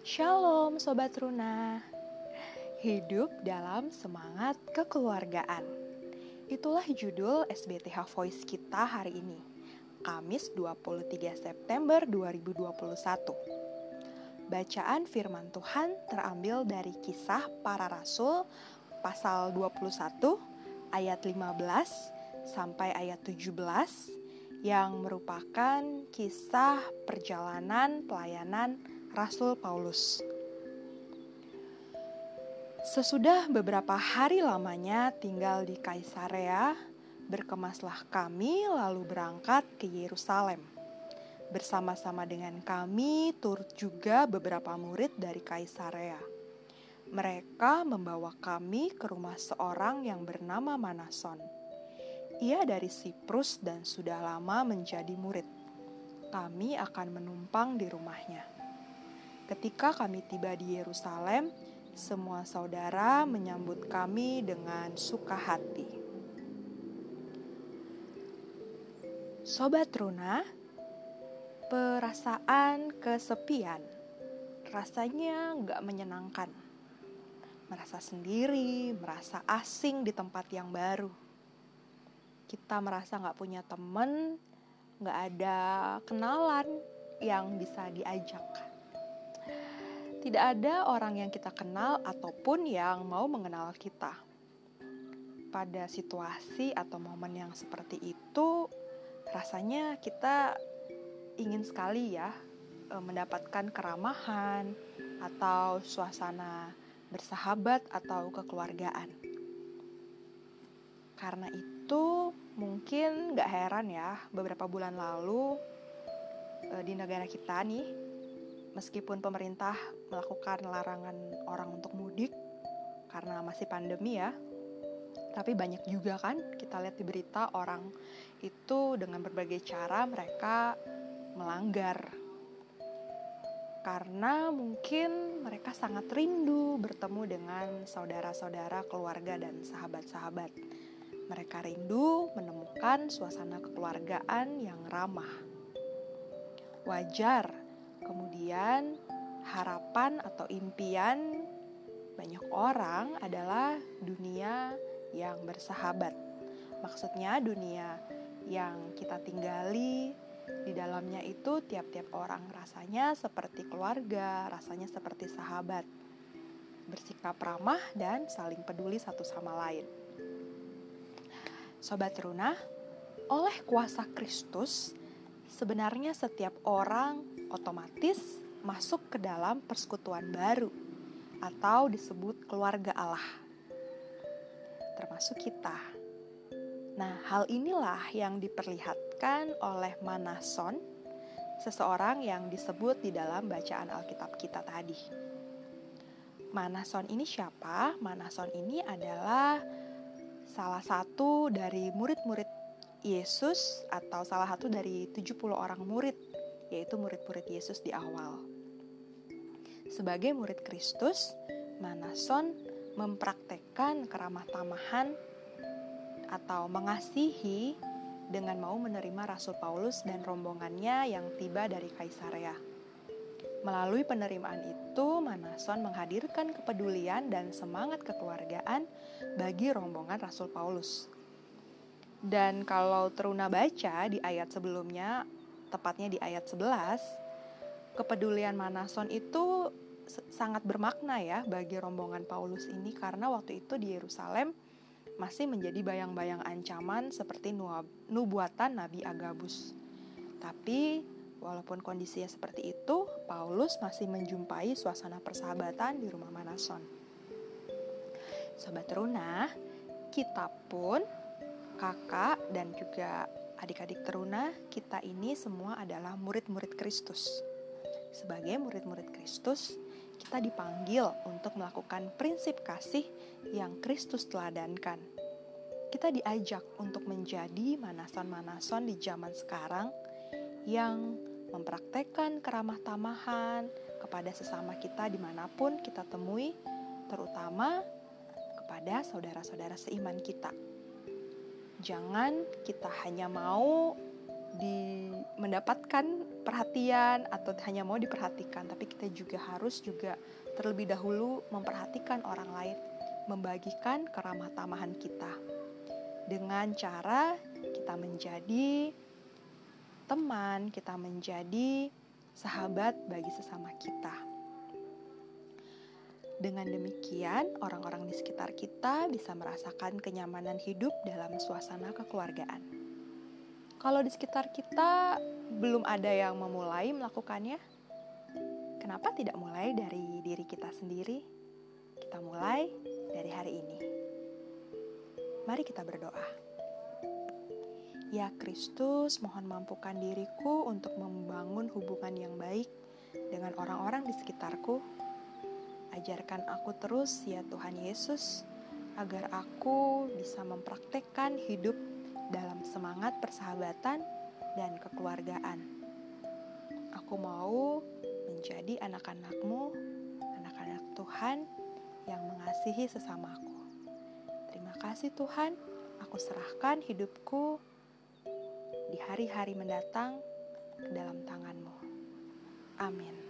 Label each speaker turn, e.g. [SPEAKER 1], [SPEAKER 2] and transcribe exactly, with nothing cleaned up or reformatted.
[SPEAKER 1] Shalom Sobat Runa. Hidup dalam semangat kekeluargaan. Itulah judul S B T H Voice kita hari ini, Kamis dua puluh tiga September dua ribu dua puluh satu. Bacaan firman Tuhan terambil dari Kisah Para Rasul pasal dua puluh satu ayat lima belas sampai ayat tujuh belas yang merupakan kisah perjalanan pelayanan Rasul Paulus. Sesudah beberapa hari lamanya tinggal di Kaisarea, berkemaslah kami lalu berangkat ke Yerusalem. Bersama-sama dengan kami turut juga beberapa murid dari Kaisarea. Mereka membawa kami ke rumah seorang yang bernama Manason. Ia dari Siprus dan sudah lama menjadi murid. Kami akan menumpang di rumahnya. Ketika kami tiba di Yerusalem, semua saudara menyambut kami dengan suka hati. Sobat Runa, perasaan kesepian rasanya gak menyenangkan. Merasa sendiri, merasa asing di tempat yang baru. Kita merasa gak punya teman, gak ada kenalan yang bisa diajak. Tidak ada orang yang kita kenal ataupun yang mau mengenal kita. Pada situasi atau momen yang seperti itu, rasanya kita ingin sekali ya mendapatkan keramahan atau suasana bersahabat atau kekeluargaan. Karena itu mungkin gak heran ya beberapa bulan lalu di negara kita nih, meskipun pemerintah melakukan larangan orang untuk mudik karena masih pandemi ya, tapi banyak juga kan kita lihat di berita orang itu dengan berbagai cara mereka melanggar. Karena mungkin mereka sangat rindu bertemu dengan saudara-saudara, keluarga, dan sahabat-sahabat. Mereka rindu menemukan suasana kekeluargaan yang ramah. Wajar, kemudian harapan atau impian banyak orang adalah dunia yang bersahabat. Maksudnya dunia yang kita tinggali, di dalamnya itu tiap-tiap orang rasanya seperti keluarga, rasanya seperti sahabat. Bersikap ramah dan saling peduli satu sama lain. Sobat Runa, oleh kuasa Kristus, sebenarnya setiap orang otomatis masuk ke dalam persekutuan baru atau disebut keluarga Allah, termasuk kita. Nah, hal inilah yang diperlihatkan oleh Manason, seseorang yang disebut di dalam bacaan Alkitab kita tadi. Manason ini siapa? Manason ini adalah salah satu dari murid-murid Yesus atau salah satu dari tujuh puluh orang murid, yaitu murid-murid Yesus di awal. Sebagai murid Kristus, Manason mempraktekkan keramah tamahan atau mengasihi dengan mau menerima Rasul Paulus dan rombongannya yang tiba dari Kaisarea. Melalui penerimaan itu, Manason menghadirkan kepedulian dan semangat kekeluargaan bagi rombongan Rasul Paulus. Dan kalau Teruna baca di ayat sebelumnya, tepatnya di ayat sebelas, kepedulian Manason itu sangat bermakna ya bagi rombongan Paulus ini, karena waktu itu di Yerusalem masih menjadi bayang-bayang ancaman seperti nubuatan Nabi Agabus. Tapi walaupun kondisinya seperti itu, Paulus masih menjumpai suasana persahabatan di rumah Manason. Sobat Teruna, kita pun, kakak dan juga adik-adik Teruna, kita ini semua adalah murid-murid Kristus. Sebagai murid-murid Kristus, kita dipanggil untuk melakukan prinsip kasih yang Kristus teladankan. Kita diajak untuk menjadi Manason-Manason di zaman sekarang yang mempraktekkan keramah tamahan kepada sesama kita dimanapun kita temui, terutama kepada saudara-saudara seiman kita. Jangan kita hanya mau di, mendapatkan perhatian atau hanya mau diperhatikan, tapi kita juga harus juga terlebih dahulu memperhatikan orang lain, membagikan keramah tamahan kita dengan cara kita menjadi teman, kita menjadi sahabat bagi sesama kita. Dengan demikian, orang-orang di sekitar kita bisa merasakan kenyamanan hidup dalam suasana kekeluargaan. Kalau di sekitar kita belum ada yang memulai melakukannya, kenapa tidak mulai dari diri kita sendiri? Kita mulai dari hari ini. Mari kita berdoa. Ya Kristus, mohon mampukan diriku untuk membangun hubungan yang baik dengan orang-orang di sekitarku. Ajarkan aku terus ya Tuhan Yesus, agar aku bisa mempraktekkan hidup dalam semangat persahabatan dan kekeluargaan. Aku mau menjadi anak-anak-Mu, anak-anak Tuhan yang mengasihi sesamaku. Terima kasih Tuhan, aku serahkan hidupku di hari-hari mendatang ke dalam tangan-Mu. Amin.